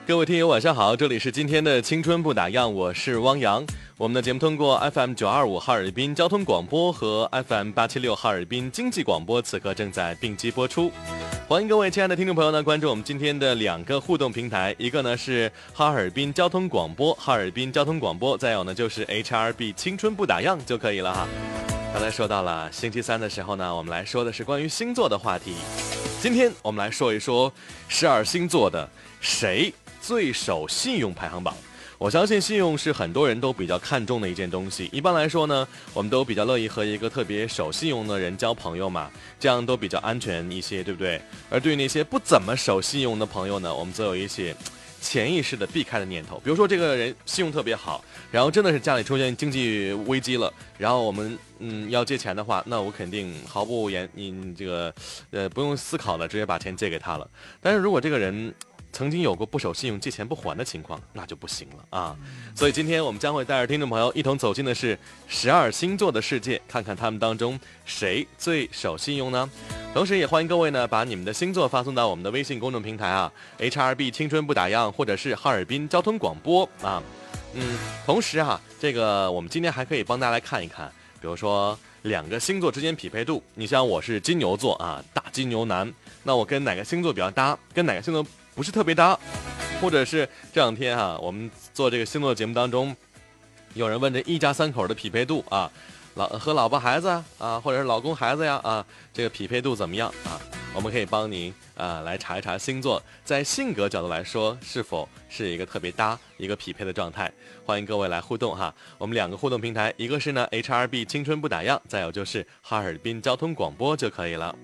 各位听友晚上好，这里是今天的青春不打烊，我是汪洋。我们的节目通过 FM925 哈尔滨交通广播和 FM876 哈尔滨经济广播此刻正在并机播出。欢迎各位亲爱的听众朋友呢关注我们今天的2个互动平台，一个呢是哈尔滨交通广播，哈尔滨交通广播，再有呢就是 HRB 青春不打烊就可以了哈。刚才说到了星期三的时候呢，我们来说的是关于星座的话题。今天我们来说一说12星座的谁最守信用排行榜。我相信信用是很多人都比较看重的一件东西，一般来说呢，我们都比较乐意和一个特别守信用的人交朋友嘛，这样都比较安全一些，对不对？而对于那些不怎么守信用的朋友呢，我们则有一些潜意识的避开的念头。比如说这个人信用特别好，然后真的是家里出现经济危机了，然后我们要借钱的话，那我肯定毫不不用思考的直接把钱借给他了。但是如果这个人曾经有过不守信用借钱不还的情况，那就不行了啊！所以今天我们将会带着听众朋友一同走进的是12星座的世界，看看他们当中谁最守信用呢？同时也欢迎各位呢把你们的星座发送到我们的微信公众平台啊 ，HRB 青春不打烊，或者是哈尔滨交通广播啊。同时啊，这个我们今天还可以帮大家来看一看，比如说2个星座之间匹配度。你像我是金牛座啊，大金牛男，那我跟哪个星座比较搭？跟哪个星座不是特别搭？或者是这2天啊，我们做这个星座节目当中，有人问这一家3口的匹配度啊，和老婆孩子啊，或者是老公孩子呀啊，这个匹配度怎么样啊？我们可以帮您来查一查星座在性格角度来说是否是一个特别搭、一个匹配的状态。欢迎各位来互动哈。我们2个互动平台，一个是呢 HRB 青春不打烊，再有就是哈尔滨交通广播就可以了。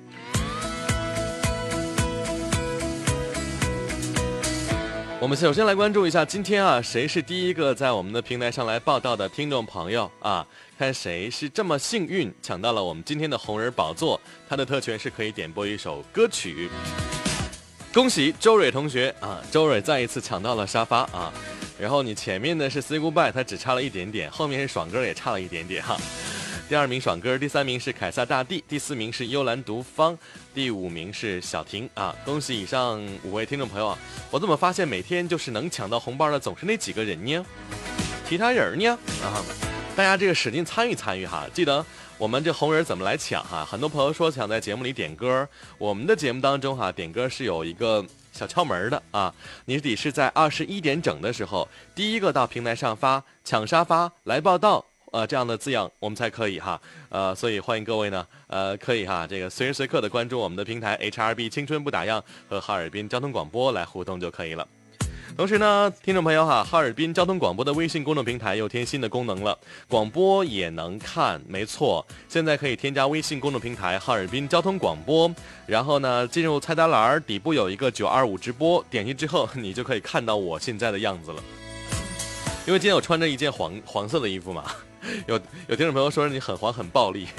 我们首先来关注一下今天啊，谁是第一个在我们的平台上来报道的听众朋友啊？看谁是这么幸运抢到了我们今天的红人宝座，他的特权是可以点播一首歌曲。恭喜周蕊同学啊，周蕊再一次抢到了沙发啊。然后你前面的是 Say Goodbye， 他只差了一点点，后面是爽歌也差了一点点哈。第2名爽歌，第3名是凯撒大帝，第4名是幽兰独芳，第5名是小婷啊！恭喜以上5位听众朋友啊！我怎么发现每天就是能抢到红包的总是那几个人呢？其他人呢？啊，大家这个使劲参与参与哈！记得我们这红人怎么来抢哈？很多朋友说想在节目里点歌，我们的节目当中哈，点歌是有一个小窍门的啊！你得是在21点整的时候，第一个到平台上发抢沙发来报道。这样的字样我们才可以哈，所以欢迎各位呢，可以哈，这个随时随刻的关注我们的平台 HRB 青春不打烊和哈尔滨交通广播来互动就可以了。同时呢，听众朋友哈，哈尔滨交通广播的微信公众平台又添新的功能了，广播也能看，没错，现在可以添加微信公众平台哈尔滨交通广播，然后呢，进入菜单栏底部有一个925直播，点击之后你就可以看到我现在的样子了。因为今天我穿着一件黄色的衣服嘛。有听众朋友说你很黄很暴力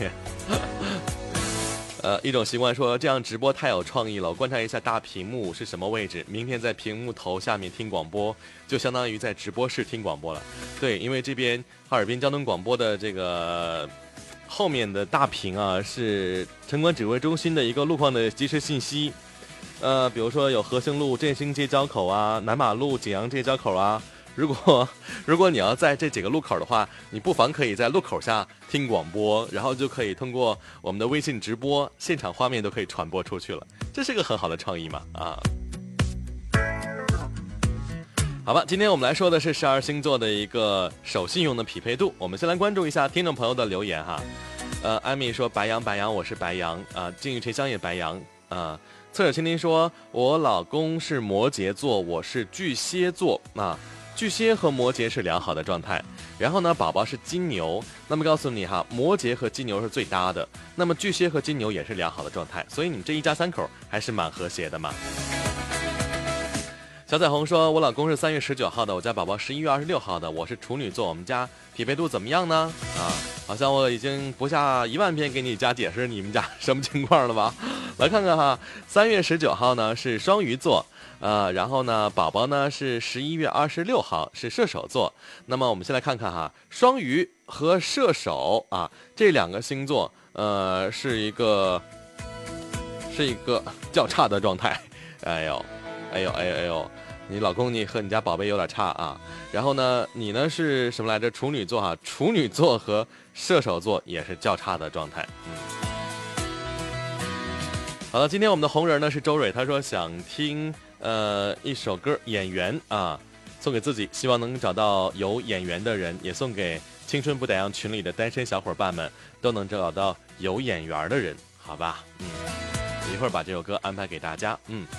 一种习惯说这样直播太有创意了，我观察一下大屏幕是什么位置，明天在屏幕头下面听广播就相当于在直播室听广播了。对，因为这边哈尔滨交通广播的这个后面的大屏啊是城管指挥中心的一个路况的即时信息，比如说有和兴路振兴街交口啊，南马路景阳街交口啊。如果你要在这几个路口的话，你不妨可以在路口下听广播，然后就可以通过我们的微信直播，现场画面都可以传播出去了，这是个很好的创意嘛啊！好吧，今天我们来说的是12星座的一个守信用的匹配度。我们先来关注一下听众朋友的留言哈。艾米说白羊，我是白羊啊。金玉沉香也白羊啊。侧耳倾听说我老公是摩羯座，我是巨蟹座啊。巨蟹和摩羯是良好的状态，然后呢，宝宝是金牛，那么告诉你哈，摩羯和金牛是最搭的，那么巨蟹和金牛也是良好的状态，所以你们这一家3口还是蛮和谐的嘛。小彩虹说，我老公是3月19号的，我家宝宝11月26号的，我是处女座，我们家匹配度怎么样呢？啊，好像我已经不下1万遍给你家解释你们家什么情况了吧？来看看哈，3月19号呢是双鱼座。然后呢，宝宝呢是11月26号，是射手座。那么我们先来看看哈，双鱼和射手啊这2个星座，是一个较差的状态。哎呦， 你老公你和你家宝贝有点差啊。然后呢，你呢是什么来着？处女座哈，处女座和射手座也是较差的状态。好了，今天我们的红人呢是周蕊，他说想听一首歌《演员》啊，送给自己，希望能找到有眼缘的人，也送给青春不打烊群里的单身小伙伴们，都能找到有眼缘的人，好吧？一会儿把这首歌安排给大家。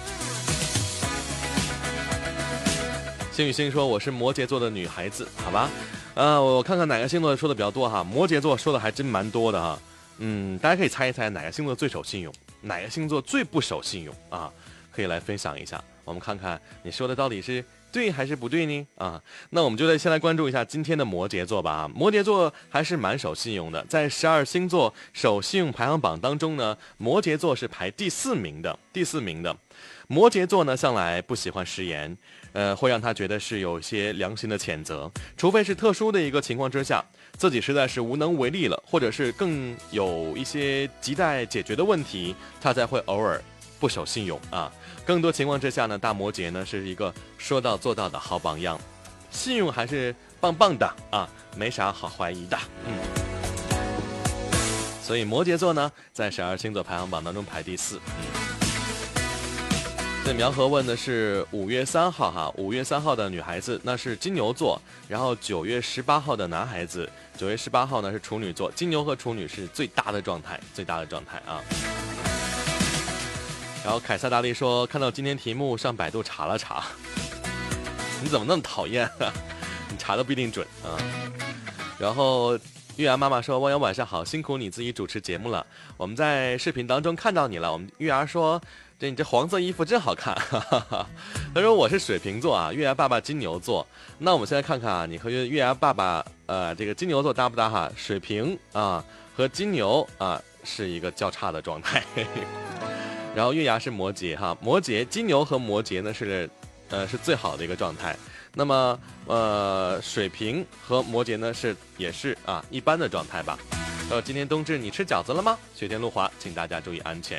星宇星说我是摩羯座的女孩子，好吧？我看看哪个星座说的比较多哈，摩羯座说的还真蛮多的哈。大家可以猜一猜哪个星座最守信用，哪个星座最不守信用啊？可以来分享一下，我们看看你说的到底是对还是不对呢？那我们就先来关注一下今天的摩羯座吧。摩羯座还是蛮守信用的，在12星座守信用排行榜当中呢，摩羯座是排第4名的。摩羯座呢，向来不喜欢食言，会让他觉得是有一些良心的谴责，除非是特殊的一个情况之下，自己实在是无能为力了，或者是更有一些亟待解决的问题，他才会偶尔不守信用啊。更多情况之下呢，大摩羯呢是一个说到做到的好榜样，信用还是棒棒的啊，没啥好怀疑的。所以摩羯座呢，在12星座排行榜当中排第4。这苗和问的是5月3号哈，5月3号的女孩子那是金牛座，然后9月18号的男孩子，9月18号呢是处女座，金牛和处女是最大的状态啊。然后凯撒大力说，看到今天题目上百度查了查，你怎么那么讨厌啊？你查的不一定准啊。然后月牙妈妈说，汪洋晚上好，辛苦你自己主持节目了，我们在视频当中看到你了。我们月牙说，你这黄色衣服真好看，他说我是水瓶座啊，月牙爸爸金牛座。那我们现在看看啊，你和月牙爸爸这个金牛座搭不搭哈？水瓶啊和金牛啊是一个较差的状态。然后月牙是摩羯哈，摩羯金牛和摩羯呢是最好的一个状态。那么水瓶和摩羯呢也是一般的状态吧。今天冬至你吃饺子了吗？雪天路滑，请大家注意安全。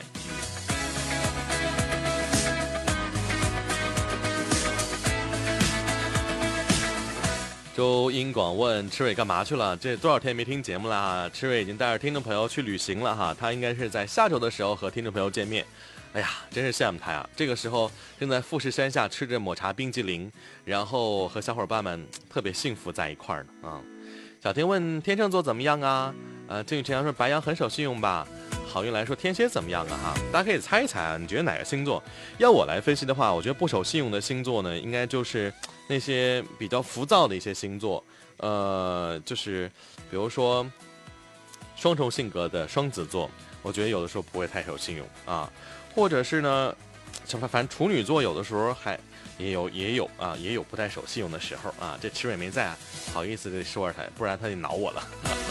周英广问赤蕊干嘛去了？这多少天没听节目了哈？赤蕊已经带着听众朋友去旅行了哈，他应该是在下周的时候和听众朋友见面。哎呀，真是羡慕他呀！这个时候正在富士山下吃着抹茶冰激凌，然后和小伙伴们特别幸福在一块儿呢啊。小天问天秤座怎么样啊？郑宇晨阳说白羊很守信用吧。好运来说天蝎怎么样啊？哈，大家可以猜一猜啊，你觉得哪个星座？要我来分析的话，我觉得不守信用的星座呢，应该就是那些比较浮躁的一些星座，就是比如说双重性格的双子座，我觉得有的时候不会太守信用啊。或者是呢，反正处女座有的时候也有不太守信用的时候啊。这赤蕊没在啊，好意思得说他，不然他就挠我了。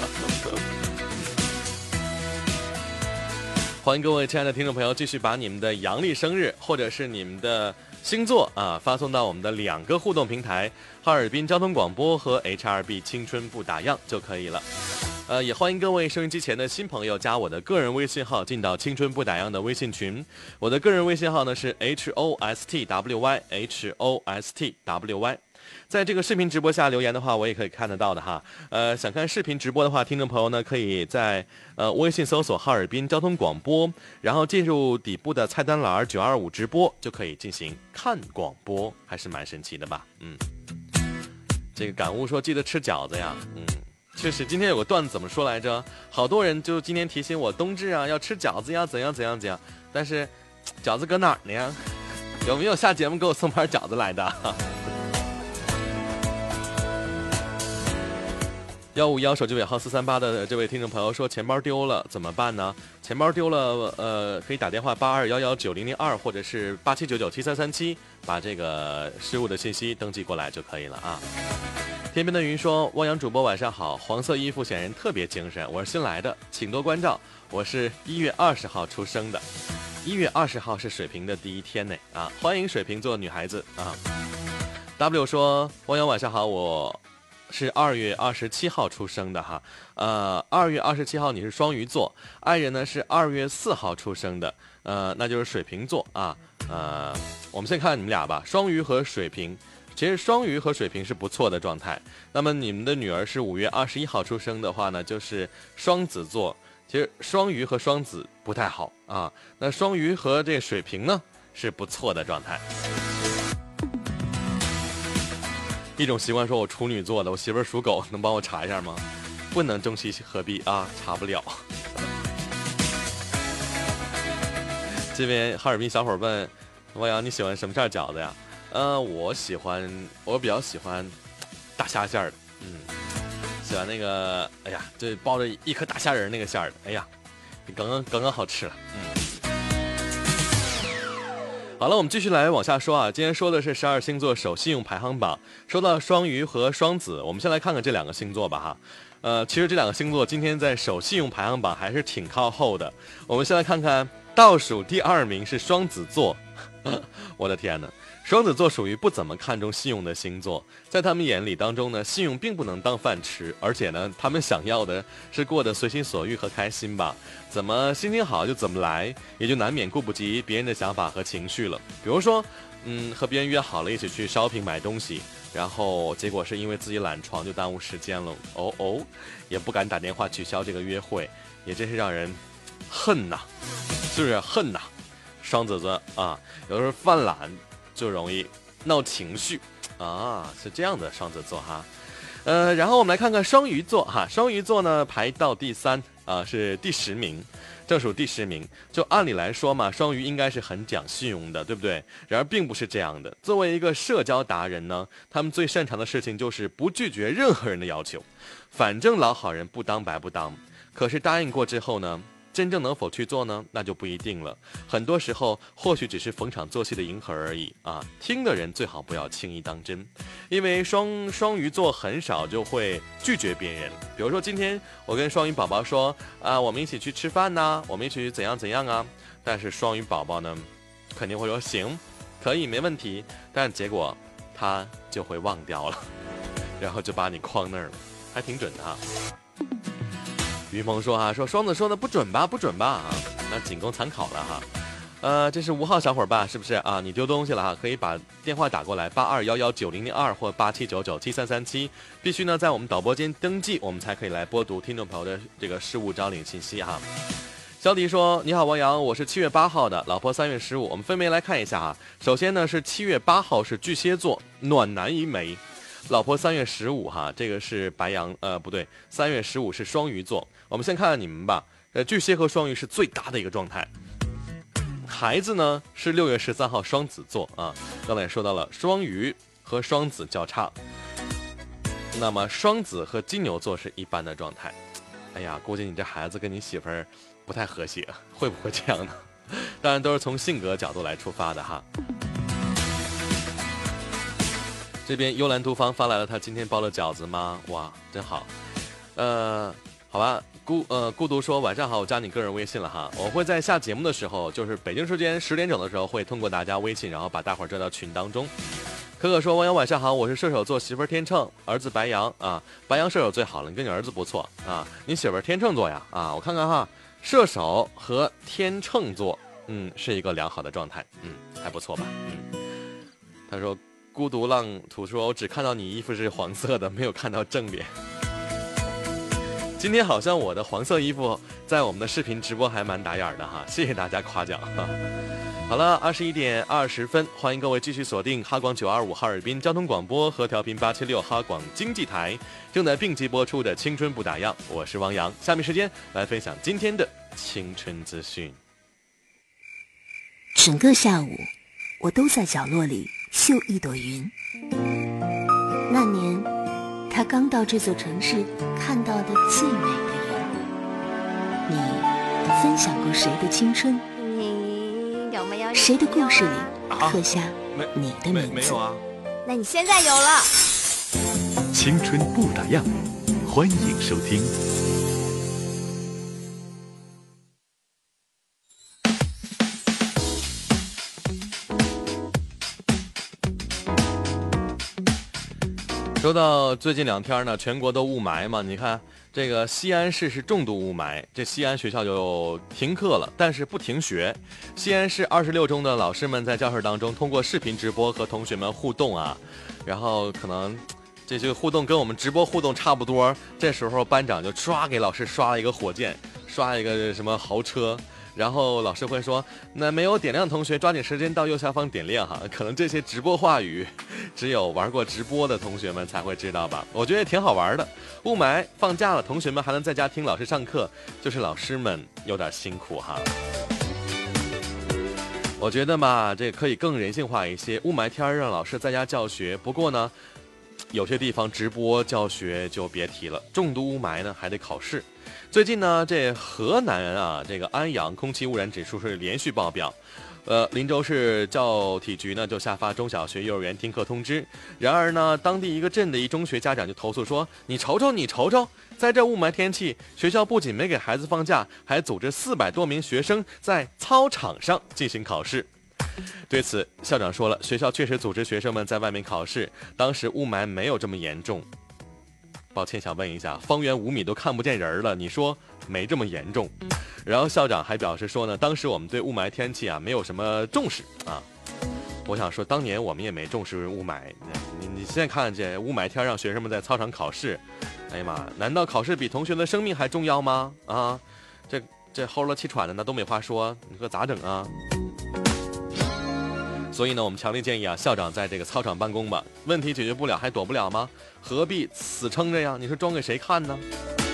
欢迎各位亲爱的听众朋友继续把你们的阳历生日或者是你们的星座发送到我们的2个互动平台，哈尔滨交通广播和 HRB 青春不打烊就可以了。也欢迎各位收音机前的新朋友加我的个人微信号进到青春不打烊的微信群。我的个人微信号呢是 HOSTWY。在这个视频直播下留言的话，我也可以看得到的哈。想看视频直播的话，听众朋友呢可以在微信搜索哈尔滨交通广播，然后进入底部的菜单栏925直播，就可以进行看广播，还是蛮神奇的吧？这个感悟说记得吃饺子呀，确实，今天有个段子怎么说来着？好多人就今天提醒我冬至要吃饺子呀，怎样，但是饺子搁哪儿呢呀？有没有下节目给我送盘饺子来的？151手机尾号438的这位听众朋友说钱包丢了怎么办呢？钱包丢了，可以打电话82119002或者是87997337，把这个失物的信息登记过来就可以了啊。天边的云说，汪洋主播晚上好，黄色衣服显然特别精神，我是新来的，请多关照。我是1月20号出生的，1月20号是水瓶的第一天呢啊，欢迎水瓶座女孩子啊。W 说，汪洋晚上好，我是2月27号出生的哈，2月27号你是双鱼座，爱人呢是2月4号出生的，那就是水瓶座啊， 我们先看看你们俩吧，双鱼和水瓶。其实双鱼和水瓶是不错的状态。那么你们的女儿是5月21号出生的话呢，就是双子座。其实双鱼和双子不太好啊。那双鱼和这水瓶呢是不错的状态。一种习惯说我处女座的，我媳妇儿属狗，能帮我查一下吗？不能中西合璧啊，查不了。这边哈尔滨小伙问王阳，你喜欢什么馅饺子呀？我比较喜欢大虾馅儿的，喜欢那个，哎呀，就包着一颗大虾仁那个馅儿的，哎呀，刚刚好吃了，好了，我们继续来往下说啊。今天说的是12星座守信用排行榜，说到双鱼和双子，我们先来看看这两个星座吧哈。其实这两个星座今天在守信用排行榜还是挺靠后的。我们先来看看倒数第2名是双子座，我的天哪！双子座属于不怎么看重信用的星座，在他们眼里当中呢，信用并不能当饭吃，而且呢，他们想要的是过得随心所欲和开心吧，怎么心情好就怎么来，也就难免顾不及别人的想法和情绪了。比如说，和别人约好了一起去 shopping 买东西，然后结果是因为自己懒床就耽误时间了，也不敢打电话取消这个约会，也真是让人恨呐，是不是恨呐？双子座啊，有时候犯懒就容易闹情绪啊，是这样的，双子座哈。然后我们来看看双鱼座哈，双鱼座呢排到第3啊，是第10名，正属第10名。就按理来说嘛，双鱼应该是很讲信用的，对不对？然而并不是这样的。作为一个社交达人呢，他们最擅长的事情就是不拒绝任何人的要求，反正老好人不当白不当。可是答应过之后呢，真正能否去做呢？那就不一定了。很多时候，或许只是逢场作戏的迎合而已啊！听的人最好不要轻易当真，因为双鱼座很少就会拒绝别人。比如说，今天我跟双鱼宝宝说啊，我们一起去吃饭呐，我们一起怎样怎样啊。但是双鱼宝宝呢，肯定会说行，可以，没问题。但结果他就会忘掉了，然后就把你框那儿了，还挺准的哈。于鹏说说双子说的不准吧啊，那仅供参考了哈。这是5号小伙吧，是不是啊？你丢东西了哈，可以把电话打过来82119002或87997337，必须呢在我们导播间登记，我们才可以来播读听众朋友的这个事务招领信息哈。肖迪说：你好王阳，我是7月8号的，老婆3月15，我们分别来看一下哈。首先呢是7月8号是巨蟹座，暖男一枚。老婆3月15哈，这个是白羊，不对，3月15是双鱼座。我们先看看你们吧，巨蟹和双鱼是最搭的一个状态。孩子呢是6月13号双子座啊，刚才也说到了双鱼和双子较差，那么双子和金牛座是一般的状态。哎呀，估计你这孩子跟你媳妇儿不太和谐，会不会这样呢？当然都是从性格角度来出发的哈。这边幽兰独芳发来了他今天包的饺子吗？哇，真好。好吧，孤独说晚上好，我加你个人微信了哈。我会在下节目的时候，就是北京时间10点整的时候，会通过大家微信，然后把大伙儿拽到群当中。可可说王阳晚上好，我是射手座，媳妇儿天秤，儿子白羊啊。白羊射手最好了，你跟你儿子不错啊。你媳妇儿天秤座呀啊，我看看哈，射手和天秤座，是一个良好的状态，还不错吧，他说。孤独浪土说，我只看到你衣服是黄色的，没有看到正脸。今天好像我的黄色衣服在我们的视频直播还蛮打眼的哈，谢谢大家夸奖哈。好了，21点20分，欢迎各位继续锁定哈广925哈尔滨交通广播和调频876哈广经济台，正在并机播出的青春不打烊，我是汪洋。下面时间来分享今天的青春资讯。 整个下午，我都在角落里绣一朵云。那年，他刚到这座城市看到的最美的云。你分享过谁的青春？ 你有没有？ 谁的故事里刻下你的名字？ 没有啊。 那你现在有了。 青春不打烊，欢迎收听。 说到最近2天呢，全国都雾霾嘛，你看这个西安市是重度雾霾，这西安学校就停课了，但是不停学。西安市26中的老师们在教室当中通过视频直播和同学们互动啊，然后可能这个互动跟我们直播互动差不多，这时候班长就唰给老师刷了一个火箭，刷一个什么豪车。然后老师会说，那没有点亮的同学抓紧时间到右下方点亮哈，可能这些直播话语只有玩过直播的同学们才会知道吧，我觉得也挺好玩的。雾霾放假了，同学们还能在家听老师上课，就是老师们有点辛苦哈。我觉得嘛，这可以更人性化一些，雾霾天让老师在家教学，不过呢有些地方直播教学就别提了，重度雾霾呢还得考试。最近呢，这河南啊，这个安阳空气污染指数是连续爆表，林州市教体局呢就下发中小学、幼儿园停课通知。然而呢，当地一个镇的一中学家长就投诉说：“你瞅瞅，在这雾霾天气，学校不仅没给孩子放假，还组织400多名学生在操场上进行考试。”对此，校长说了，学校确实组织学生们在外面考试，当时雾霾没有这么严重。抱歉，想问一下，方圆5米都看不见人了，你说没这么严重？然后校长还表示说呢，当时我们对雾霾天气啊没有什么重视啊。我想说，当年我们也没重视雾霾，你现在看这雾霾天让学生们在操场考试，哎呀妈，难道考试比同学的生命还重要吗？啊，这齁了气喘的那都没话说，你说咋整啊？所以呢，我们强烈建议啊，校长在这个操场办公吧，问题解决不了还躲不了吗？何必死撑着呀？你说装给谁看呢？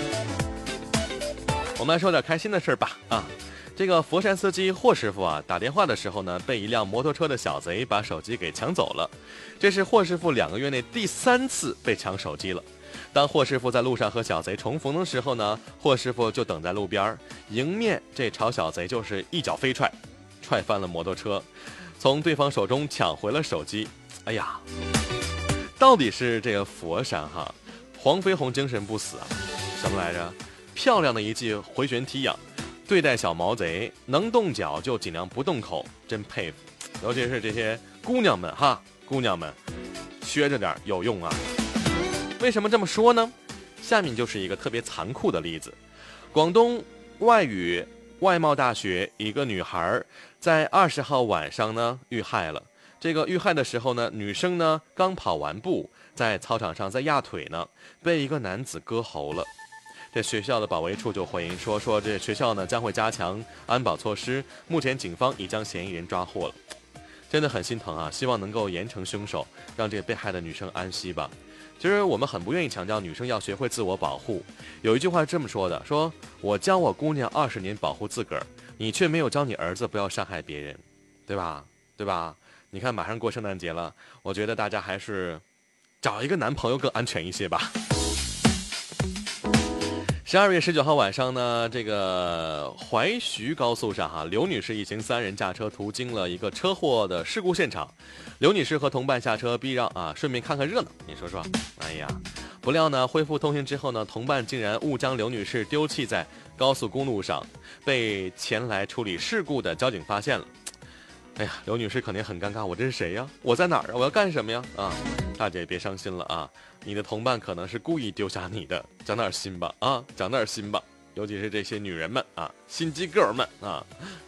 我们来说点开心的事吧啊！这个佛山司机霍师傅啊，打电话的时候呢，被一辆摩托车的小贼把手机给抢走了。这是霍师傅2个月内第3次被抢手机了。当霍师傅在路上和小贼重逢的时候呢，霍师傅就等在路边，迎面这朝小贼就是一脚飞踹，踹翻了摩托车，从对方手中抢回了手机。哎呀，到底是这个佛山哈，黄飞鸿精神不死啊？什么来着？漂亮的一记回旋踢呀！对待小毛贼，能动脚就尽量不动口，真佩服。尤其是这些姑娘们哈，姑娘们学着点有用啊。为什么这么说呢？下面就是一个特别残酷的例子。广东外语外贸大学一个女孩在20号晚上呢遇害了。这个遇害的时候呢，女生呢刚跑完步，在操场上在压腿呢，被一个男子割喉了。这学校的保卫处就回应说这学校呢将会加强安保措施，目前警方已将嫌疑人抓获了。真的很心疼啊，希望能够严惩凶手，让这个被害的女生安息吧。其实我们很不愿意强调女生要学会自我保护，有一句话是这么说的，说我教我姑娘20年保护自个儿，你却没有教你儿子不要伤害别人，对吧？你看马上过圣诞节了，我觉得大家还是找一个男朋友更安全一些吧。12月19号晚上呢，这个淮徐高速上哈，刘女士一行3人驾车途经了一个车祸的事故现场。刘女士和同伴下车避让啊，顺便看看热闹。你说说，哎呀，不料呢，恢复通行之后呢，同伴竟然误将刘女士丢弃在高速公路上，被前来处理事故的交警发现了。哎呀，刘女士肯定很尴尬，我这是谁呀？我在哪儿啊？我要干什么呀？啊，大姐别伤心了啊，你的同伴可能是故意丢下你的，长点心吧啊，长点心吧，尤其是这些女人们啊，心机 girl 们啊。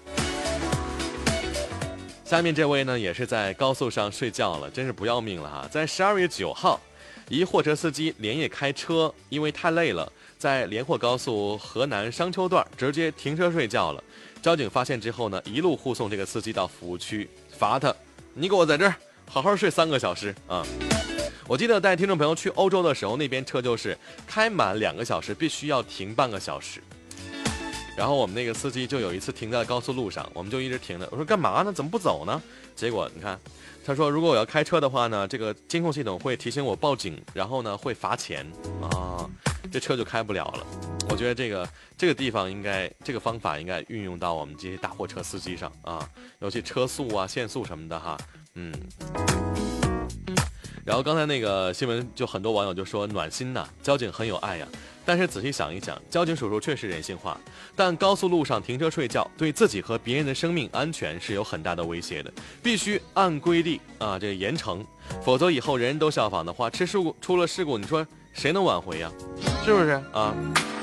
下面这位呢，也是在高速上睡觉了，真是不要命了哈！在12月9号，一货车司机连夜开车，因为太累了，在连霍高速河南商丘段直接停车睡觉了。交警发现之后呢，一路护送这个司机到服务区，罚他，你给我在这儿好好睡3个小时啊！我记得带听众朋友去欧洲的时候，那边车就是开满2个小时必须要停半个小时。然后我们那个司机就有一次停在高速路上，我们就一直停着。我说干嘛呢？怎么不走呢？结果你看，他说如果我要开车的话呢，这个监控系统会提醒我报警，然后呢会罚钱啊，这车就开不了了。我觉得这个地方应该，这个方法应该运用到我们这些大货车司机上啊，尤其车速啊、限速什么的哈，然后刚才那个新闻，就很多网友就说暖心呐，交警很有爱呀。 但是仔细想一想，交警叔叔确实人性化，但高速路上停车睡觉，对自己和别人的生命安全是有很大的威胁的，必须按规定这个严惩，否则以后人人都效仿的话，出了事故，你说谁能挽回呀？是不是啊？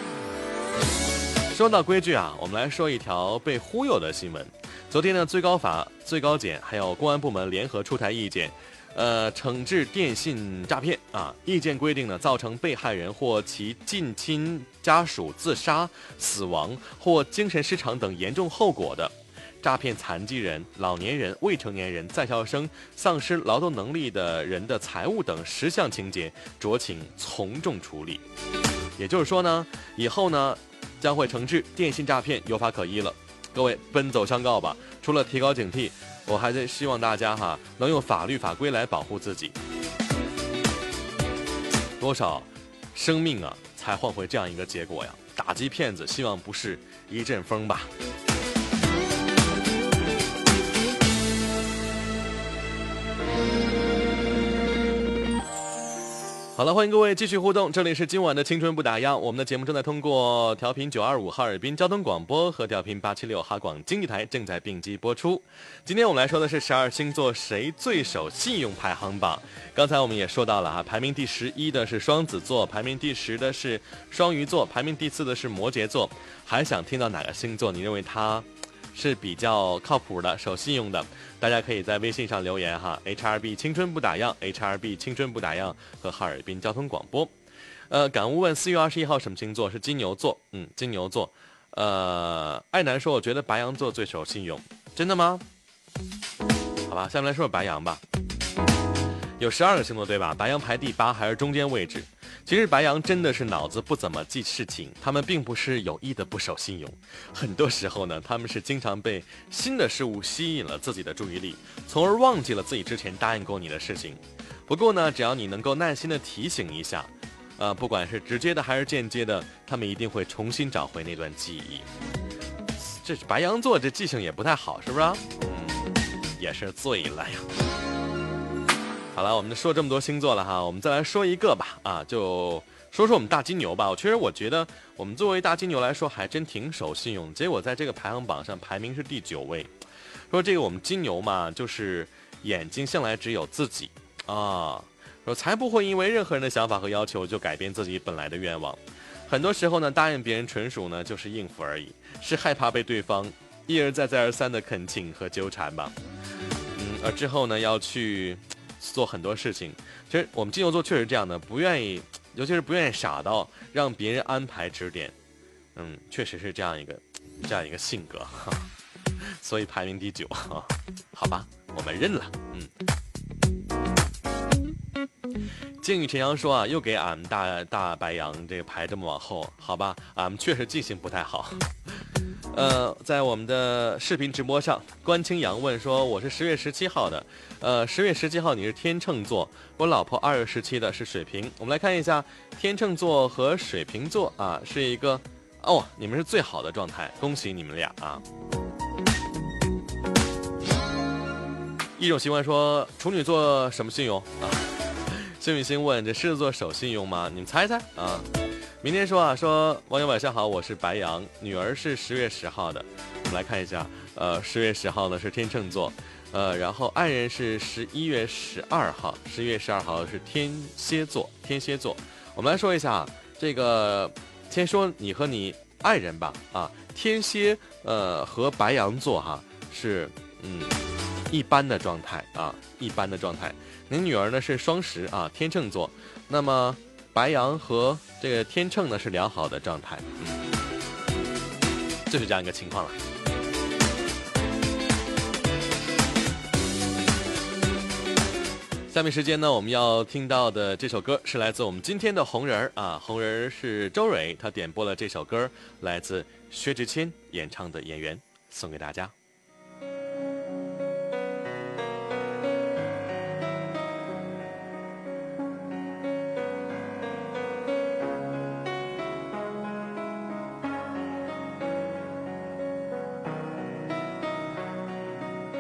说到规矩啊，我们来说一条被忽悠的新闻。昨天呢，最高法、最高检还有公安部门联合出台意见。惩治电信诈骗啊！意见规定呢，造成被害人或其近亲家属自杀、死亡或精神失常等严重后果的，诈骗残疾人、老年人、未成年人、在校生、丧失劳动能力的人的财物等10项情节，酌情从重处理。也就是说呢，以后呢，将会惩治电信诈骗，有法可依了。各位奔走相告吧！除了提高警惕，我还是希望大家能用法律法规来保护自己。多少生命啊，才换回这样一个结果呀？打击骗子，希望不是一阵风吧。好了，欢迎各位继续互动，这里是今晚的青春不打烊。我们的节目正在通过调频925哈尔滨交通广播和调频876哈广经济台正在并机播出。今天我们来说的是12星座谁最守信用排行榜。刚才我们也说到了排名第11的是双子座，排名第10的是双鱼座，排名第4的是摩羯座。还想听到哪个星座你认为它是比较靠谱的、守信用的？大家可以在微信上留言HRB 青春不打烊 HRB 青春不打烊和哈尔滨交通广播。感悟问4月21号什么星座？是金牛座。金牛座。爱南说我觉得白羊座最守信用。真的吗？好吧，下面来说说白羊吧。有12个星座对吧？白羊排第8，还是中间位置。其实白羊真的是脑子不怎么记事情，他们并不是有意的不守信用，很多时候呢，他们是经常被新的事物吸引了自己的注意力，从而忘记了自己之前答应过你的事情。不过呢，只要你能够耐心的提醒一下，不管是直接的还是间接的，他们一定会重新找回那段记忆。这白羊座这记性也不太好，是不是也是醉了呀。好了，我们说这么多星座了我们再来说一个吧就说说我们大金牛吧。我觉得我们作为大金牛来说还真挺守信用，结果在这个排行榜上排名是第9位。说这个我们金牛嘛，就是眼睛向来只有自己说才不会因为任何人的想法和要求就改变自己本来的愿望。很多时候呢，答应别人纯属呢就是应付而已，是害怕被对方一而再再而三的恳请和纠缠吧。而之后呢要去做很多事情。其实我们金牛座确实这样的，不愿意，尤其是不愿意傻到让别人安排指点。确实是这样一个性格所以排名第9好吧，我们认了。静语陈阳说又给俺们大白羊这个排这么往后，好吧，俺们确实记性不太好。在我们的视频直播上，关清阳问说我是10月17号的，10月17号你是天秤座，我老婆2月17的是水瓶。我们来看一下天秤座和水瓶座是一个你们是最好的状态，恭喜你们俩一种习惯说处女座什么信用幸运星问这狮子座守信用吗？你们猜猜明天说网友晚上好，我是白羊，女儿是10月10号的。我们来看一下10月10号呢是天秤座，然后爱人是11月12号，11月12号是天蝎座。我们来说一下这个，先说你和你爱人吧天蝎和白羊座是一般的状态一般的状态。您女儿呢是双10天秤座，那么白羊和这个天秤呢是良好的状态，就是这样一个情况了。下面时间呢，我们要听到的这首歌是来自我们今天的红人红人是周蕊，他点播了这首歌，来自薛之谦演唱的《演员》，送给大家。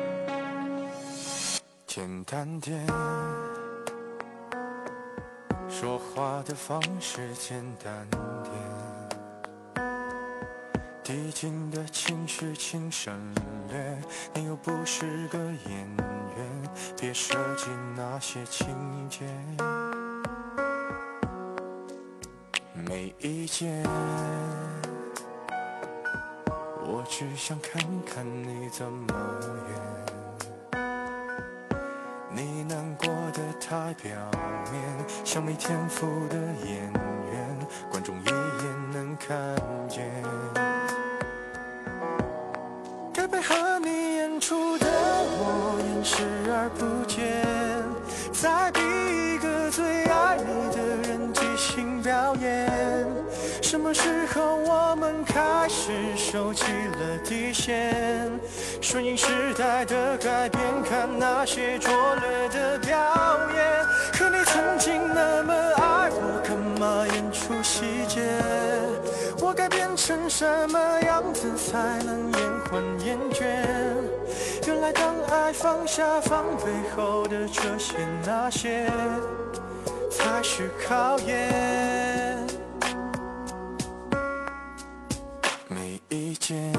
简单点， 说话的方式简单点，递进的情绪请省略，你又不是个演员，别设计那些情节。没意见，我只想看看你怎么演。你难过的太表面，像没天赋的演员，观众一眼能看见。该配合你演出的我演视而不见，再逼一个最爱你的人即兴表演。什么时候我们开始收起了底线？顺应时代的改变，看那些拙劣的表演。可你曾经那么爱我，干嘛演出细节？我该变成什么样子才能延缓厌倦？原来当爱放下防备后的这些那些，才是考验。没意见，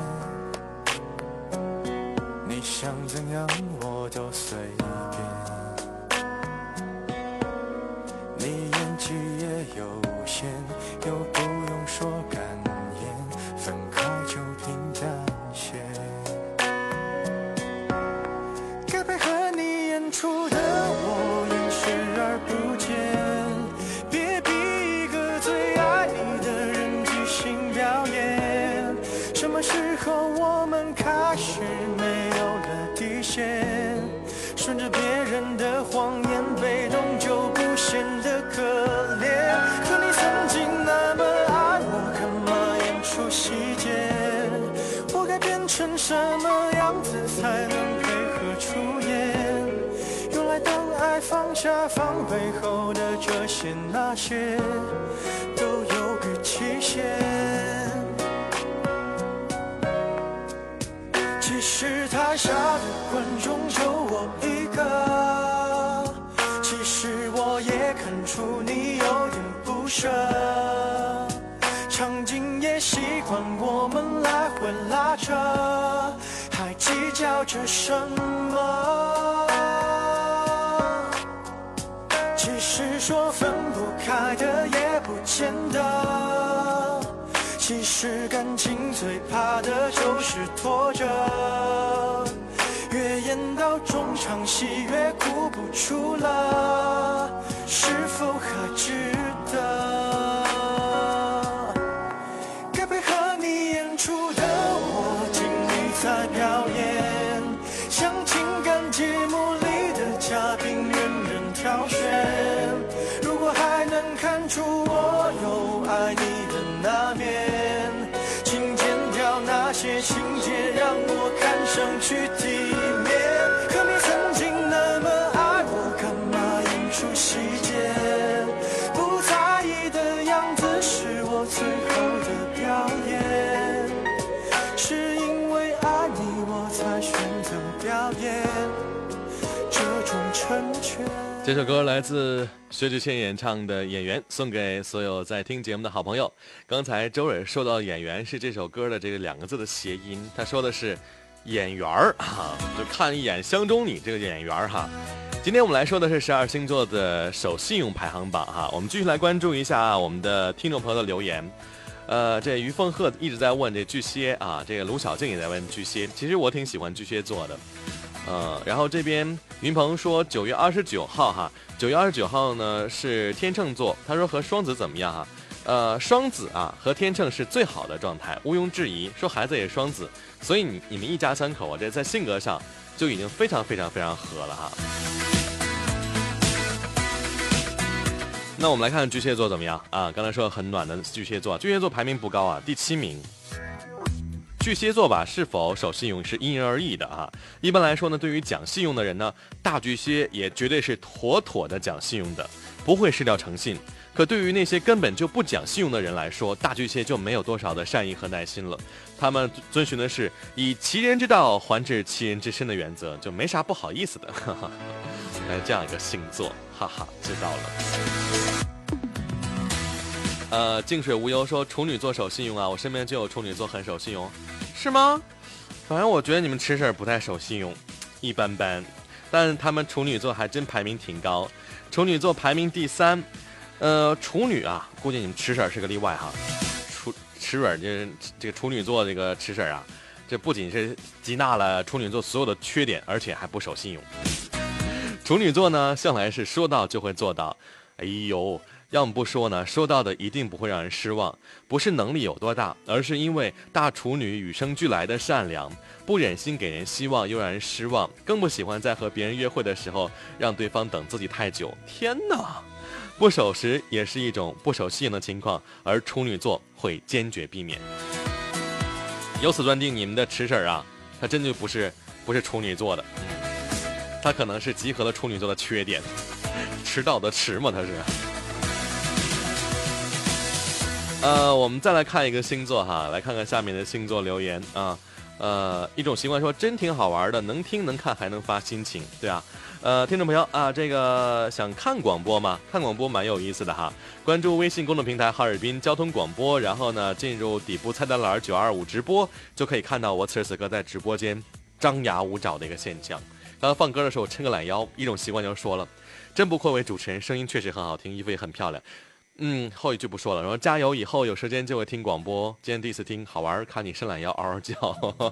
你想怎样我都随便。你演技也有限，又不用说感言，分开就平淡些。该配合你演出的我演视而不见，别逼一个最爱你的人即兴表演。什么时候我们开始没有了底线？顺着别人的谎言，被动就不显得可怜。可你曾经那么爱我，干嘛演出细节？我该变成什么样子才能配合出演？原来当爱放下防备后的这些那些，都有个期限。其实台下的观众就我一个，其实我也看出你有点不舍，场景也习惯我们来回拉扯，还计较着什么？其实说分不开的也不见得，其实感情最怕的就是拖着，越演到中场戏越哭不出了，是否还值得？该配合你演出的我尽力在表演，像情感节目里的嘉宾任人挑选。如果还能看出我有爱你的那面，请剪掉那些情节，让我看上去体面。可你曾经那么爱我，干嘛演出细节？不在意的样子是我最后的表演，是因为爱你我才选择表演这种成全。 这首歌来自薛之谦演唱的《演员》，送给所有在听节目的好朋友。刚才周蕊说到演员是这首歌的这个2个字的谐音，他说的是演员儿哈，就看一眼相中你这个演员哈。今天我们来说的是12星座的守信用排行榜哈，我们继续来关注一下我们的听众朋友的留言。这于凤鹤一直在问这巨蟹啊，这个卢小静也在问巨蟹，其实我挺喜欢巨蟹座的。然后这边云鹏说9月29号哈，9月29号呢是天秤座，他说和双子怎么样哈？双子啊和天秤是最好的状态，毋庸置疑。说孩子也是双子，所以你们一家3口啊，这在性格上就已经非常非常非常合了哈。那我们来看巨蟹座怎么样啊？刚才说很暖的巨蟹座，巨蟹座排名不高啊，第7名。巨蟹座吧，是否守信用是因人而异的啊。一般来说呢，对于讲信用的人呢，大巨蟹也绝对是妥妥的讲信用的，不会失掉诚信。可对于那些根本就不讲信用的人来说，大巨蟹就没有多少的善意和耐心了。他们遵循的是以其人之道还治其人之身的原则，就没啥不好意思的。这样一个星座，哈哈，知道了。 静水无忧说处女座守信用啊，我身边就有处女座很守信用，是吗？反正我觉得你们吃婶不太守信用，一般般，但他们处女座还真排名挺高，处女座排名第3。处女啊，估计你们吃婶是个例外哈。吃婶这个处女座这个吃婶啊，这不仅是集纳了处女座所有的缺点，而且还不守信用。处女座呢，向来是说到就会做到。哎呦，要么不说呢，说到的一定不会让人失望。不是能力有多大，而是因为大处女与生俱来的善良，不忍心给人希望又让人失望，更不喜欢在和别人约会的时候让对方等自己太久。天哪！不守时也是一种不守信用的情况，而处女座会坚决避免。由此断定，你们的池婶啊，他真就不是处女座的，他可能是集合了处女座的缺点，迟到的迟嘛，他是。我们再来看一个星座哈，来看看下面的星座留言啊。一种习惯说真挺好玩的，能听能看还能发心情，对啊。听众朋友啊，这个想看广播吗？看广播蛮有意思的哈。关注微信公众平台哈尔滨交通广播，然后呢进入底部菜单栏925直播，就可以看到我此时此刻在直播间张牙舞爪的一个现象。刚刚放歌的时候抻个懒腰，一种习惯就说了，真不愧为主持人，声音确实很好听，衣服也很漂亮。后一句不说了，然后加油，以后有时间就会听广播。今天第一次听，好玩，看你伸懒腰嗷嗷叫。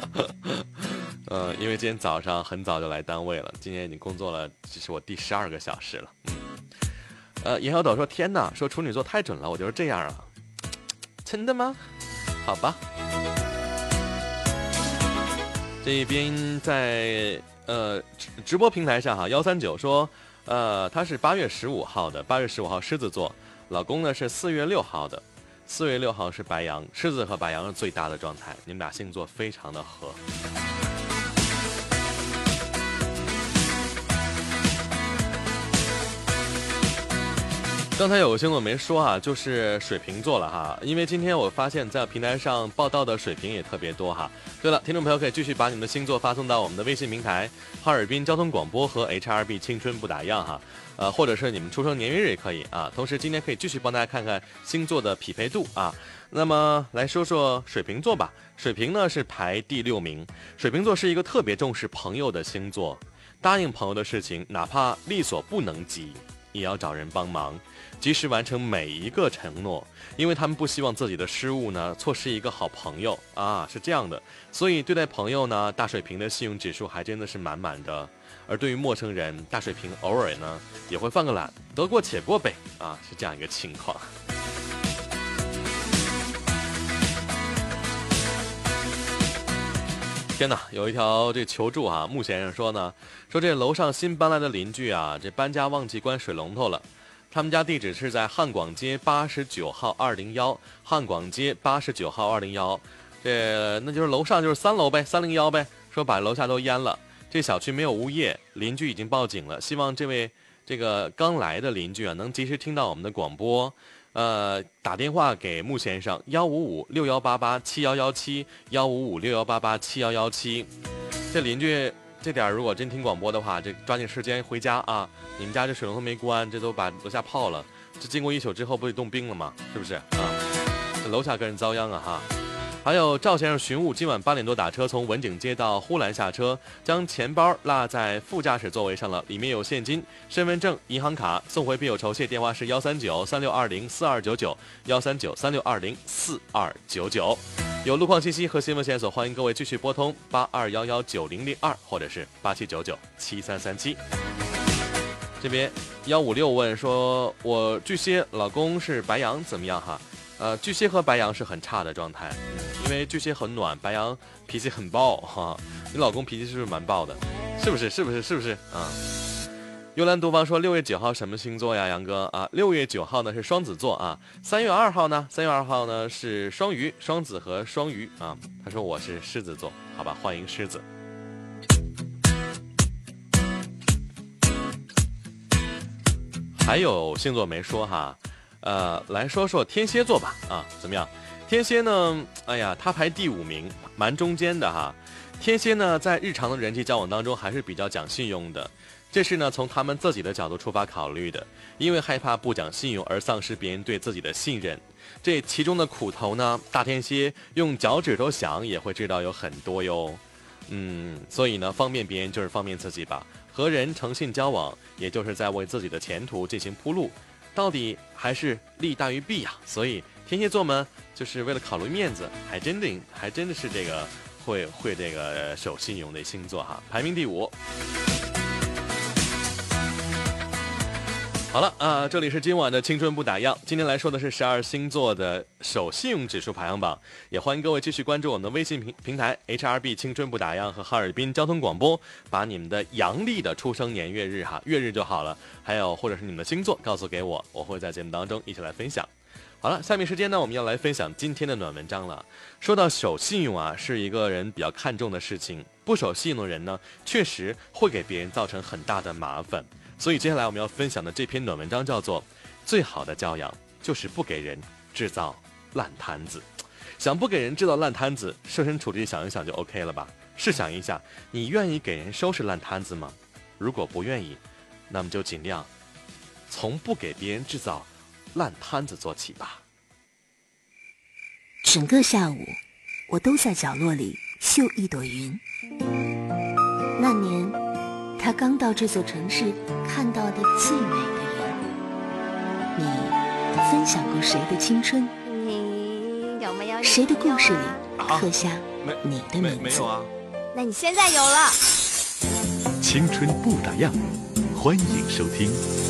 因为今天早上很早就来单位了，今天已经工作了，这是我第12个小时了。严小斗说天哪，说处女座太准了，我就是这样啊。真的吗？好吧。这边在直播平台上哈，139说。他是8月15号的，8月15号狮子座，老公呢是4月6号的，4月6号是白羊，狮子和白羊是最大的状态，你们俩星座非常的合。刚才有个星座没说啊，就是水瓶座了哈，因为今天我发现在平台上报道的水瓶也特别多哈。对了，听众朋友可以继续把你们的星座发送到我们的微信平台哈尔滨交通广播和 HRB 青春不打烊哈，或者是你们出生年月日也可以啊。同时今天可以继续帮大家看看星座的匹配度啊。那么来说说水瓶座吧，水瓶呢是排第6名，水瓶座是一个特别重视朋友的星座，答应朋友的事情哪怕力所不能及也要找人帮忙，及时完成每一个承诺，因为他们不希望自己的失误呢错失一个好朋友啊，是这样的。所以对待朋友呢，大水瓶的信用指数还真的是满满的。而对于陌生人，大水瓶偶尔呢也会犯个懒，得过且过呗啊，是这样一个情况。天哪，有一条这求助啊，穆先生说呢，说这楼上新搬来的邻居啊，这搬家忘记关水龙头了。他们家地址是在汉广街89号201，汉广街89号201，那就是楼上就是3楼呗，301呗。说把楼下都淹了，这小区没有物业，邻居已经报警了，希望这位这个刚来的邻居啊，能及时听到我们的广播。打电话给穆先生15561887117，15561887117。这邻居这点如果真听广播的话，这抓紧时间回家啊！你们家这水龙头没关，这都把楼下泡了，这经过1宿之后不得冻冰了吗？是不是啊？这楼下跟人遭殃啊哈！还有赵先生寻物，今晚8点多打车从文景街到呼兰下车，将钱包落在副驾驶座位上了，里面有现金、身份证、银行卡，送回必有酬谢。电话是13936204299，13936204299。有路况信息和新闻线索，欢迎各位继续拨通82119002或者是87997337。这边156问说，我巨蟹老公是白羊，怎么样哈？巨蟹和白羊是很差的状态，因为巨蟹很暖，白羊脾气很暴哈。你老公脾气是不是蛮暴的？是不是啊？幽兰独房说6月9号什么星座呀，杨哥啊？6月9号呢是双子座啊。3月2号呢？3月2号呢是双鱼，双子和双鱼啊。他说我是狮子座，好吧，欢迎狮子。还有星座没说哈。来说说天蝎座吧啊，怎么样？天蝎呢，哎呀，他排第5名，蛮中间的哈。天蝎呢，在日常的人际交往当中还是比较讲信用的， 这是呢从他们自己的角度出发考虑的，因为害怕不讲信用而丧失别人对自己的信任。这其中的苦头呢，大天蝎用脚趾头想也会知道有很多哟。所以呢，方便别人就是方便自己吧。和人诚信交往，也就是在为自己的前途进行铺路，到底还是利大于弊呀。所以天蝎座们就是为了考虑面子，还真的是这个会这个守信用的星座哈，排名第5。好了这里是今晚的青春不打烊，今天来说的是12星座的守信用指数排行榜，也欢迎各位继续关注我们的微信平台 HRB 青春不打烊和哈尔滨交通广播，把你们的阳历的出生年月日月日就好了，还有或者是你们的星座告诉给我，我会在节目当中一起来分享。好了，下面时间呢，我们要来分享今天的暖文章了。说到守信用是一个人比较看重的事情，不守信用的人呢，确实会给别人造成很大的麻烦。所以接下来我们要分享的这篇暖文章叫做最好的教养就是不给人制造烂摊子。想不给人制造烂摊子，设身处地想一想就 OK 了吧。试想一下，你愿意给人收拾烂摊子吗？如果不愿意，那么就尽量从不给别人制造烂摊子做起吧。 整个下午我都在角落里绣一朵云。那年他刚到这座城市看到的最美的云。你分享过谁的青春？ 你有没有？ 谁的故事里刻下你的名字？ 没有啊。 那你现在有了。 青春不打烊，欢迎收听。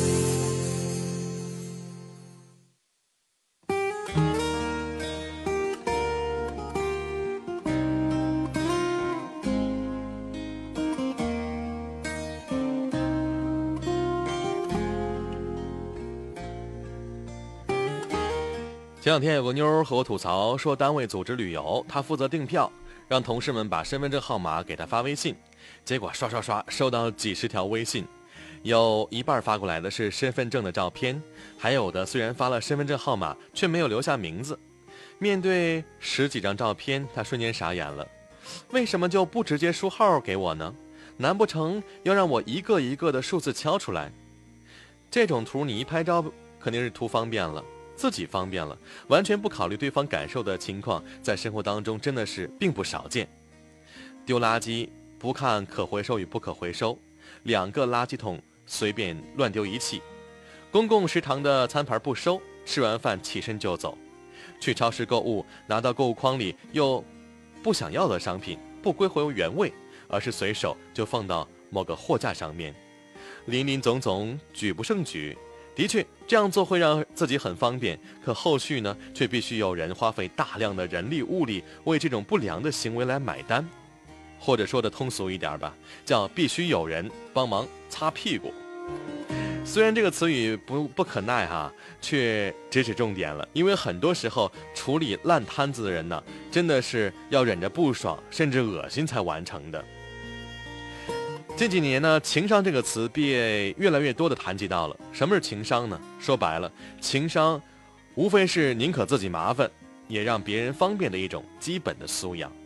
前两天有个妞和我吐槽说，单位组织旅游，她负责订票，让同事们把身份证号码给她发微信，结果刷收到几十条微信，有一半发过来的是身份证的照片，还有的虽然发了身份证号码，却没有留下名字。面对10几张照片，她瞬间傻眼了，为什么就不直接输号给我呢？难不成要让我一个一个的数字敲出来？这种图你一拍照肯定是图方便了，自己方便了，完全不考虑对方感受的情况，在生活当中真的是并不少见。丢垃圾不看可回收与不可回收，2个垃圾桶随便乱丢一气，公共食堂的餐盘不收，吃完饭起身就走，去超市购物，拿到购物筐里又不想要的商品不归回原位，而是随手就放到某个货架上面，林林总总，举不胜举。的确，这样做会让自己很方便，可后续呢，却必须有人花费大量的人力物力为这种不良的行为来买单，或者说的通俗一点吧，叫必须有人帮忙擦屁股。虽然这个词语不可耐却直指重点了，因为很多时候处理烂摊子的人呢，真的是要忍着不爽甚至恶心才完成的。近几年呢，情商这个词被越来越多的谈及到了。什么是情商呢？说白了，情商无非是宁可自己麻烦，也让别人方便的一种基本的素养。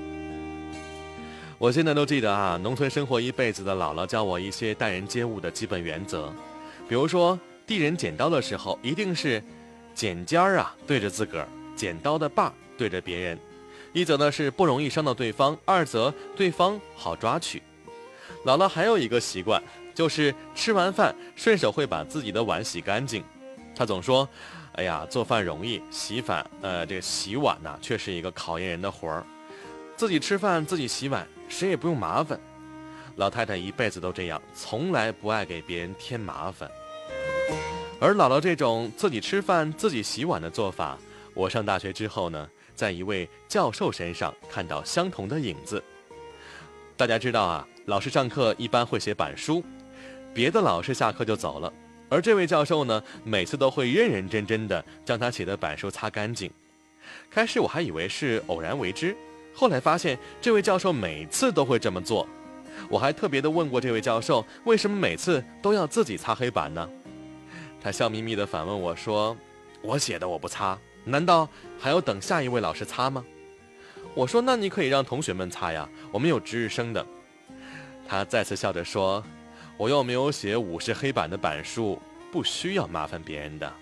我现在都记得农村生活一辈子的姥姥教我一些待人接物的基本原则。比如说，递人剪刀的时候，一定是剪尖对着自个儿，剪刀的把对着别人。一则呢是不容易伤到对方，二则对方好抓取。姥姥还有一个习惯，就是吃完饭顺手会把自己的碗洗干净。她总说，哎呀，做饭容易，洗碗却是一个考验人的活儿。自己吃饭自己洗碗，谁也不用麻烦。老太太一辈子都这样，从来不爱给别人添麻烦。而姥姥这种自己吃饭自己洗碗的做法，我上大学之后呢，在一位教授身上看到相同的影子。大家知道老师上课一般会写板书，别的老师下课就走了，而这位教授呢，每次都会认认真真的将他写的板书擦干净。开始我还以为是偶然为之，后来发现这位教授每次都会这么做。我还特别的问过这位教授，为什么每次都要自己擦黑板呢？他笑眯眯的反问我说，我写的我不擦，难道还要等下一位老师擦吗？我说，那你可以让同学们擦呀，我们有值日生的。他再次笑着说， 我又没有写50黑板的板书，不需要麻烦别人的。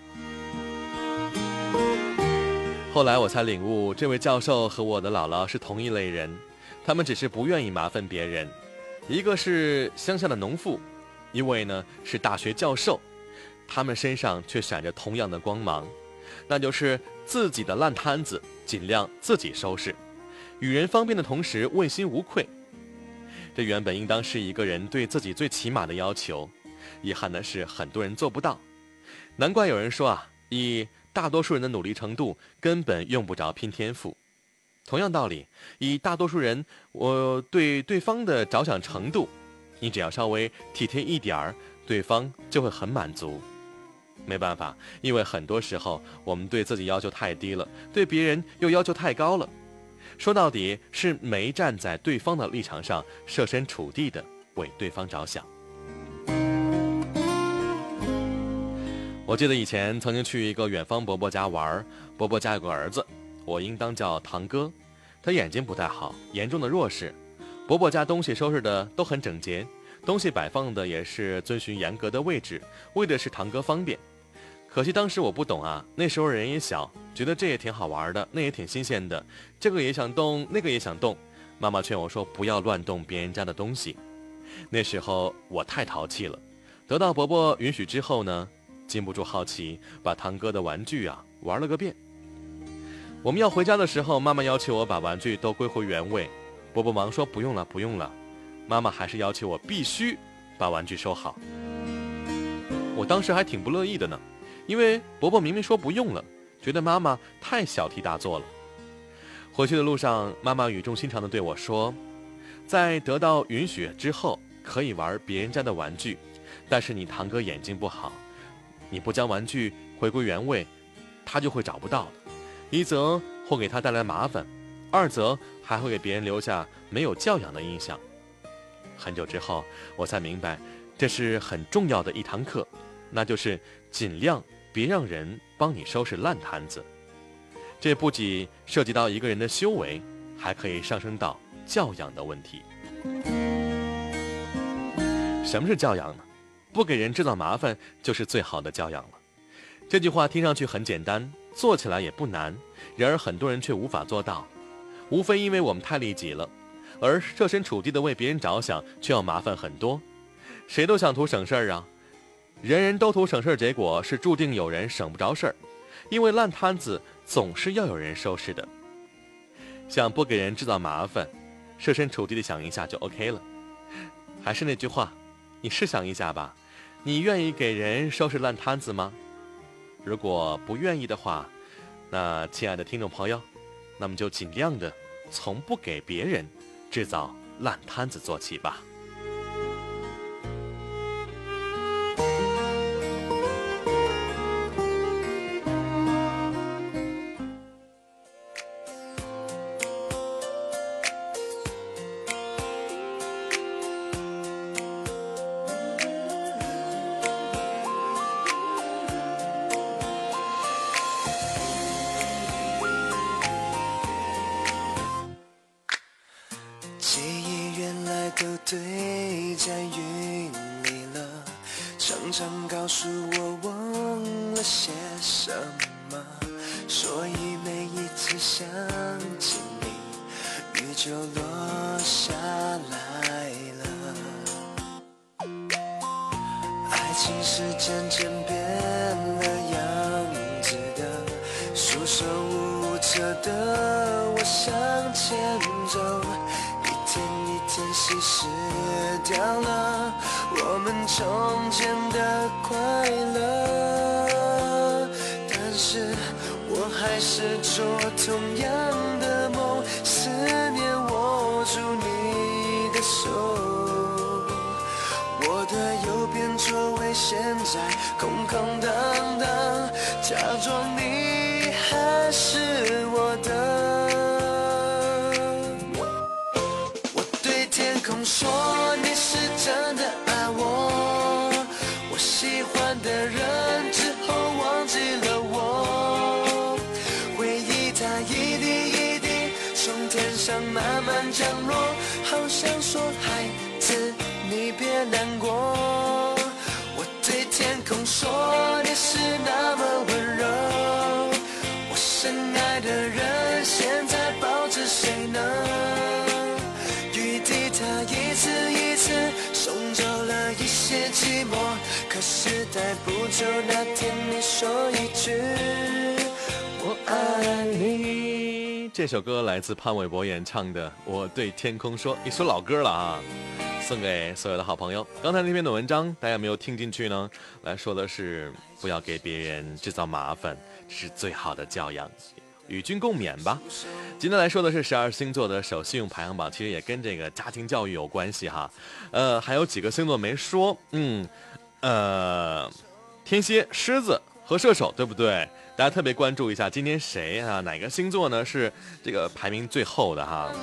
后来我才领悟，这位教授和我的姥姥是同一类人，他们只是不愿意麻烦别人。一个是乡下的农妇，一位呢是大学教授，他们身上却闪着同样的光芒，那就是自己的烂摊子尽量自己收拾，与人方便的同时问心无愧。这原本应当是一个人对自己最起码的要求，遗憾的是很多人做不到。难怪有人说啊，以大多数人的努力程度根本用不着拼天赋。同样道理，以大多数人对对方的着想程度，你只要稍微体贴一点儿，对方就会很满足。没办法，因为很多时候我们对自己要求太低了，对别人又要求太高了。说到底是没站在对方的立场上设身处地的为对方着想。我记得以前曾经去一个远方伯伯家玩，伯伯家有个儿子，我应当叫堂哥，他眼睛不太好，严重的弱视。伯伯家东西收拾的都很整洁，东西摆放的也是遵循严格的位置，为的是堂哥方便。可惜当时我不懂啊，那时候人也小，觉得这也挺好玩的，那也挺新鲜的，这个也想动，那个也想动。妈妈劝我说不要乱动别人家的东西。那时候我太淘气了，得到伯伯允许之后呢，禁不住好奇，把堂哥的玩具玩了个遍。我们要回家的时候，妈妈要求我把玩具都归回原位，伯伯忙说不用了不用了，妈妈还是要求我必须把玩具收好。我当时还挺不乐意的呢，因为伯伯明明说不用了，觉得妈妈太小题大做了。回去的路上，妈妈语重心长地对我说，在得到允许之后可以玩别人家的玩具，但是你堂哥眼睛不好，你不将玩具回归原位，他就会找不到的。一则会给他带来麻烦，二则还会给别人留下没有教养的印象。很久之后我才明白，这是很重要的一堂课，那就是尽量别让人帮你收拾烂摊子。这不仅涉及到一个人的修为，还可以上升到教养的问题。什么是教养呢？不给人制造麻烦就是最好的教养了。这句话听上去很简单，做起来也不难，然而很多人却无法做到，无非因为我们太利己了，而设身处地的为别人着想却要麻烦很多。谁都想图省事儿啊，人人都图省事儿，结果是注定有人省不着事儿，因为烂摊子总是要有人收拾的。想不给人制造麻烦，设身处地的想一下就 OK 了。还是那句话，你试想一下吧，你愿意给人收拾烂摊子吗？如果不愿意的话，那亲爱的听众朋友，那么就尽量的从不给别人制造烂摊子做起吧。 都堆在云里了，常常告诉我忘了些什么，所以每一次想起你，雨就落下来了。爱情是渐渐变了样子的，束手无策的我向前走，稀释掉了我们从前的快乐，但是我还是做同样的梦，思念握住你的手，我的右边座位现在空空荡荡，假装你还是我的。说你是真的爱我，我喜欢的人之后忘记了我，回忆它一滴一滴从天上慢慢降落，好像说孩子你你别难过。我对天空说，你是那么温柔。我深爱的人，现在抱着谁呢？雨滴它一次一次送走了一些寂寞，可是带不走那天你说一句我爱你。 这首歌来自潘玮柏演唱的《我对天空说》，一首老歌了啊，送给所有的好朋友。刚才那篇的文章大家有没有听进去呢？来说的是不要给别人制造麻烦，这是最好的教养，与君共勉吧。今天来说的是12星座的守信用排行榜，其实也跟这个家庭教育有关系哈。还有几个星座没说，天蝎、狮子和射手，对不对？大家特别关注一下今天谁啊？哪个星座呢是这个排名最后的哈？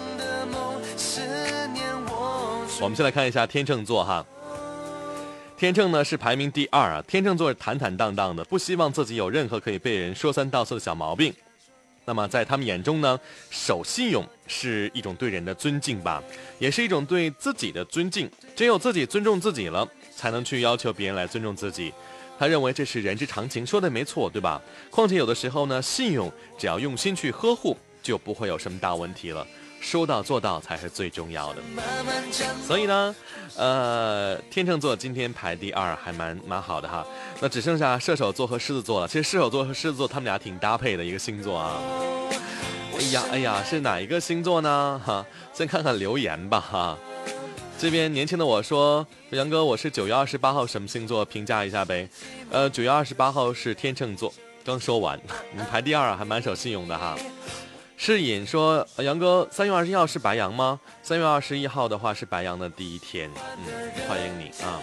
我们先来看一下天秤座哈。天秤呢是排名第2啊。天秤座是坦坦荡荡的，不希望自己有任何可以被人说三道四的小毛病。那么在他们眼中呢，守信用是一种对人的尊敬吧，也是一种对自己的尊敬。只有自己尊重自己了，才能去要求别人来尊重自己。他认为这是人之常情，说的没错，对吧？况且有的时候呢，信用只要用心去呵护，就不会有什么大问题了。说到做到才是最重要的。所以呢，天秤座今天排第2，还蛮好的哈。那只剩下射手座和狮子座了。其实射手座和狮子座他们俩挺搭配的一个星座啊。哎呀，是哪一个星座呢？哈，先看看留言吧哈。这边年轻的我说，杨哥，我是9月28号什么星座？评价一下呗。9月28号是天秤座，刚说完，你们排第2啊，还蛮守信用的哈。世隐说，杨哥，3月21号是白羊吗？3月21号的话是白羊的第一天，欢迎你啊。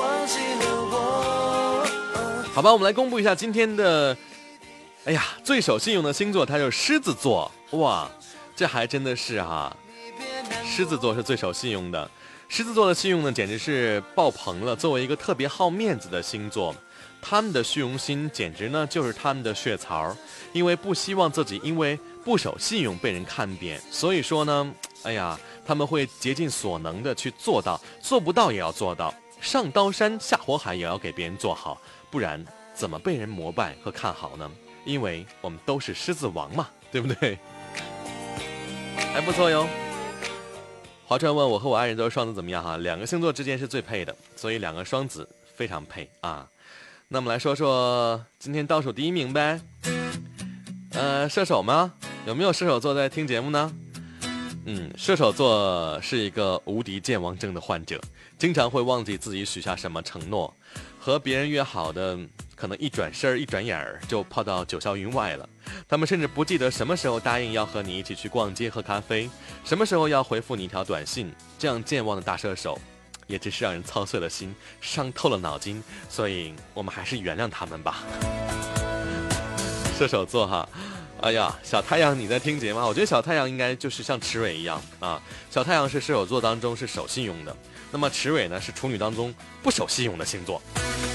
好吧，我们来公布一下今天的，最守信用的星座，它就是狮子座。哇，这还真的是哈，狮子座是最守信用的。狮子座的信用呢，简直是爆棚了。作为一个特别好面子的星座，他们的虚荣心简直呢就是他们的血槽，因为不希望自己因为不守信用被人看扁，所以说呢，他们会竭尽所能的去做到，做不到也要做到，上刀山下火海也要给别人做好，不然怎么被人膜拜和看好呢？因为我们都是狮子王嘛，对不对？还不错哟。华川问我和我爱人都是双子怎么样哈？2个星座之间是最配的，所以2个双子非常配啊。那么来说说今天倒数第1名呗。射手吗？有没有射手座在听节目呢？射手座是一个无敌健忘症的患者，经常会忘记自己许下什么承诺，和别人约好的可能一转身一转眼儿就抛到九霄云外了。他们甚至不记得什么时候答应要和你一起去逛街喝咖啡，什么时候要回复你一条短信。这样健忘的大射手也真是让人操碎了心，伤透了脑筋，所以我们还是原谅他们吧。射手座哈，小太阳你在听节目吗？我觉得小太阳应该就是像池蕊一样啊。小太阳是射手座当中是守信用的，那么池蕊呢是处女当中不守信用的星座。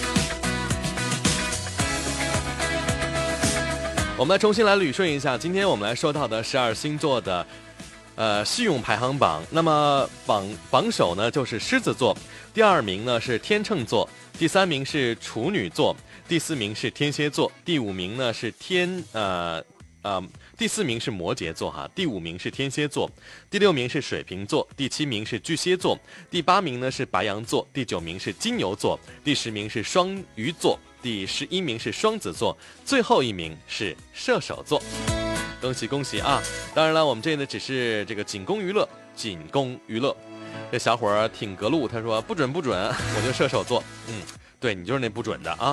我们来重新来捋顺一下，今天我们来说到的12星座的信用排行榜。那么榜首呢就是狮子座，第2名呢是天秤座，第3名是处女座，第4名是天蝎座，第5名呢是第4名是摩羯座哈，第5名是天蝎座，第6名是水瓶座，第7名是巨蟹座，第8名呢是白羊座，第9名是金牛座，第10名是双鱼座，第11名是双子座，最后1名是射手座。恭喜恭喜啊！当然了，我们这呢只是这个仅供娱乐，仅供娱乐。这小伙儿挺格路，他说不准，我就射手座。对你就是那不准的啊。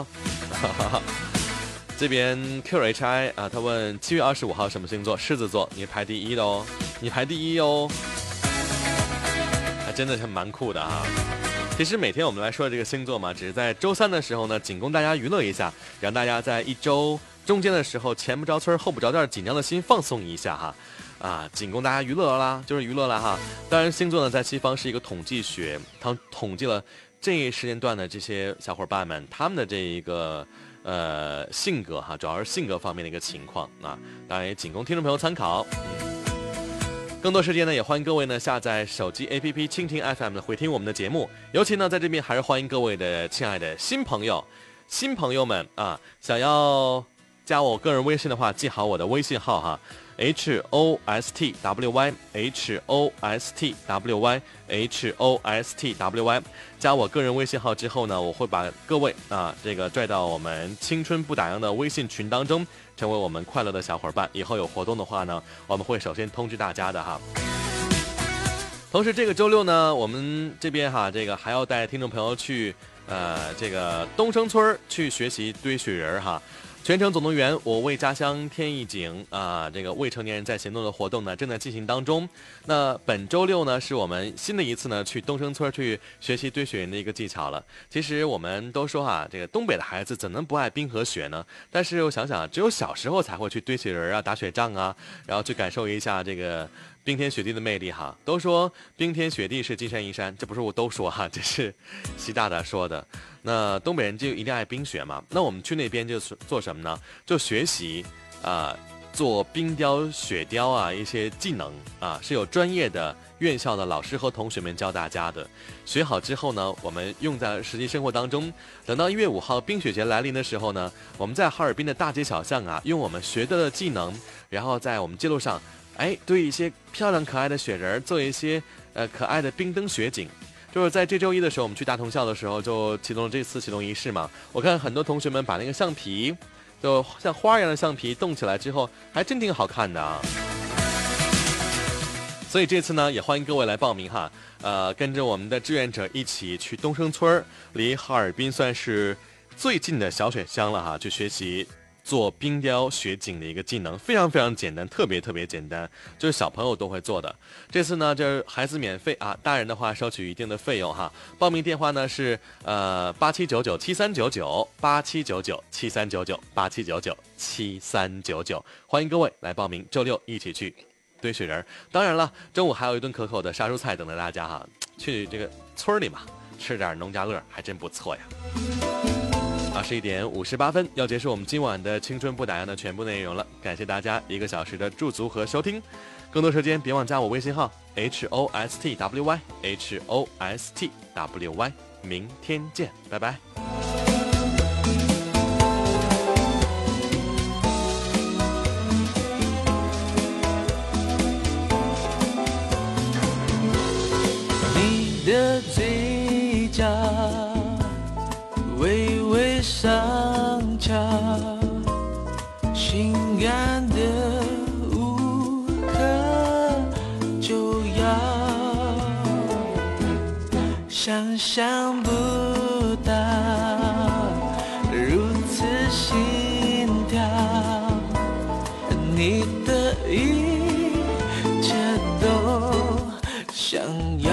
这边 QHI 啊，他问7月25号什么星座？狮子座，你排第1的哦，你排第1哦，还真的是蛮酷的啊。其实每天我们来说的这个星座嘛，只是在周3的时候呢，仅供大家娱乐一下，让大家在一周中间的时候前不着村后不着店，紧张的心放松一下哈。仅供大家娱乐啦，就是娱乐啦哈。当然，星座呢在西方是一个统计学，它统计了这一时间段的这些小伙伴们他们的这一个性格哈，主要是性格方面的一个情况啊，当然也仅供听众朋友参考。 更多时间呢，也欢迎各位呢下载手机 APP 蜻蜓 FM 的回听我们的节目。尤其呢，在这边还是欢迎各位的亲爱的新朋友们啊，想要加我个人微信的话，记好我的微信号哈。HOSTWY HOSTWY，加我个人微信号之后呢，我会把各位这个拽到我们青春不打烊的微信群当中，成为我们快乐的小伙伴。以后有活动的话呢，我们会首先通知大家的哈。同时这个周六呢，我们这边这个还要带听众朋友去这个东升村去学习堆雪人哈。全程总动员，我为家乡添一景这个未成年人在行动的活动呢正在进行当中。那本周六呢是我们新的一次呢去东升村去学习堆雪人的一个技巧了。其实我们都说这个东北的孩子怎能不爱冰和雪呢？但是我想想，只有小时候才会去堆雪人打雪仗然后去感受一下这个冰天雪地的魅力哈。都说冰天雪地是金山银山，这不是我都说这是习大大说的。那东北人就一定爱冰雪嘛，那我们去那边就做什么呢？就学习做冰雕雪雕一些技能是有专业的院校的老师和同学们教大家的。学好之后呢，我们用在实际生活当中。等到1月5号冰雪节来临的时候呢，我们在哈尔滨的大街小巷用我们学的技能，然后在我们街路上堆一些漂亮可爱的雪人，做一些可爱的冰灯雪景。就是在这周一的时候，我们去大同校的时候，就启动了这次启动仪式嘛。我看很多同学们把那个橡皮，就像花一样的橡皮冻起来之后，还真挺好看的所以这次呢，也欢迎各位来报名哈。跟着我们的志愿者一起去东升村，离哈尔滨算是最近的小雪乡了哈，去学习做冰雕雪景的一个技能，非常非常简单，特别特别简单，就是小朋友都会做的。这次呢，就是孩子免费大人的话收取一定的费用哈。报名电话呢是87997399879987997399，欢迎各位来报名，周六一起去堆雪人。当然了，中午还有一顿可口的杀猪菜等着大家哈。去这个村里嘛，吃点农家乐还真不错呀。21点58分，要结束我们今晚的青春不打烊的全部内容了。感谢大家1个小时的驻足和收听。更多时间别忘加我微信号 HOSTWY HOSTWY， 明天见，拜拜。 你的嘴角微微上翘，性感的无可救药，想象不到如此心跳，你的一切都想要。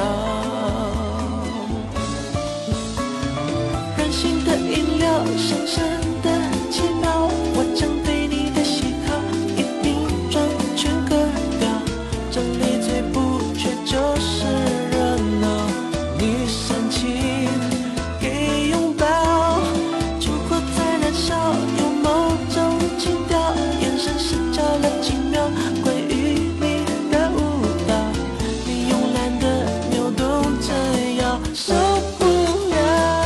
深深的奇妙，我将对你的喜好一并完全割掉。这里最不缺就是热闹，你煽情给拥抱，烛火在燃烧，有某种情调，眼神失焦了几秒，关于你的舞蹈，你慵懒的扭动着腰，受不了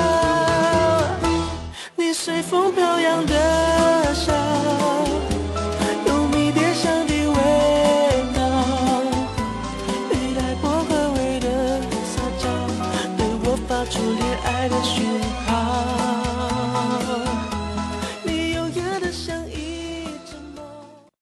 随风飘扬的笑，有迷迭香的味道，背带薄荷味的撒娇，对我发出恋爱的讯号。